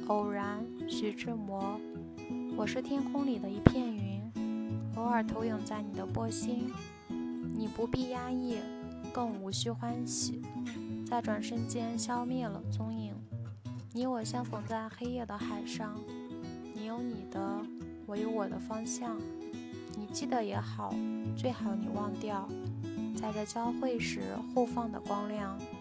偶然，徐志摩。我是天空里的一片云，偶尔投影在你的波心。你不必压抑，更无需欢喜，在转瞬间消灭了踪影。你我相逢在黑夜的海上，你有你的，我有我的方向。你记得也好，最好你忘掉，在这交汇时互放的光亮。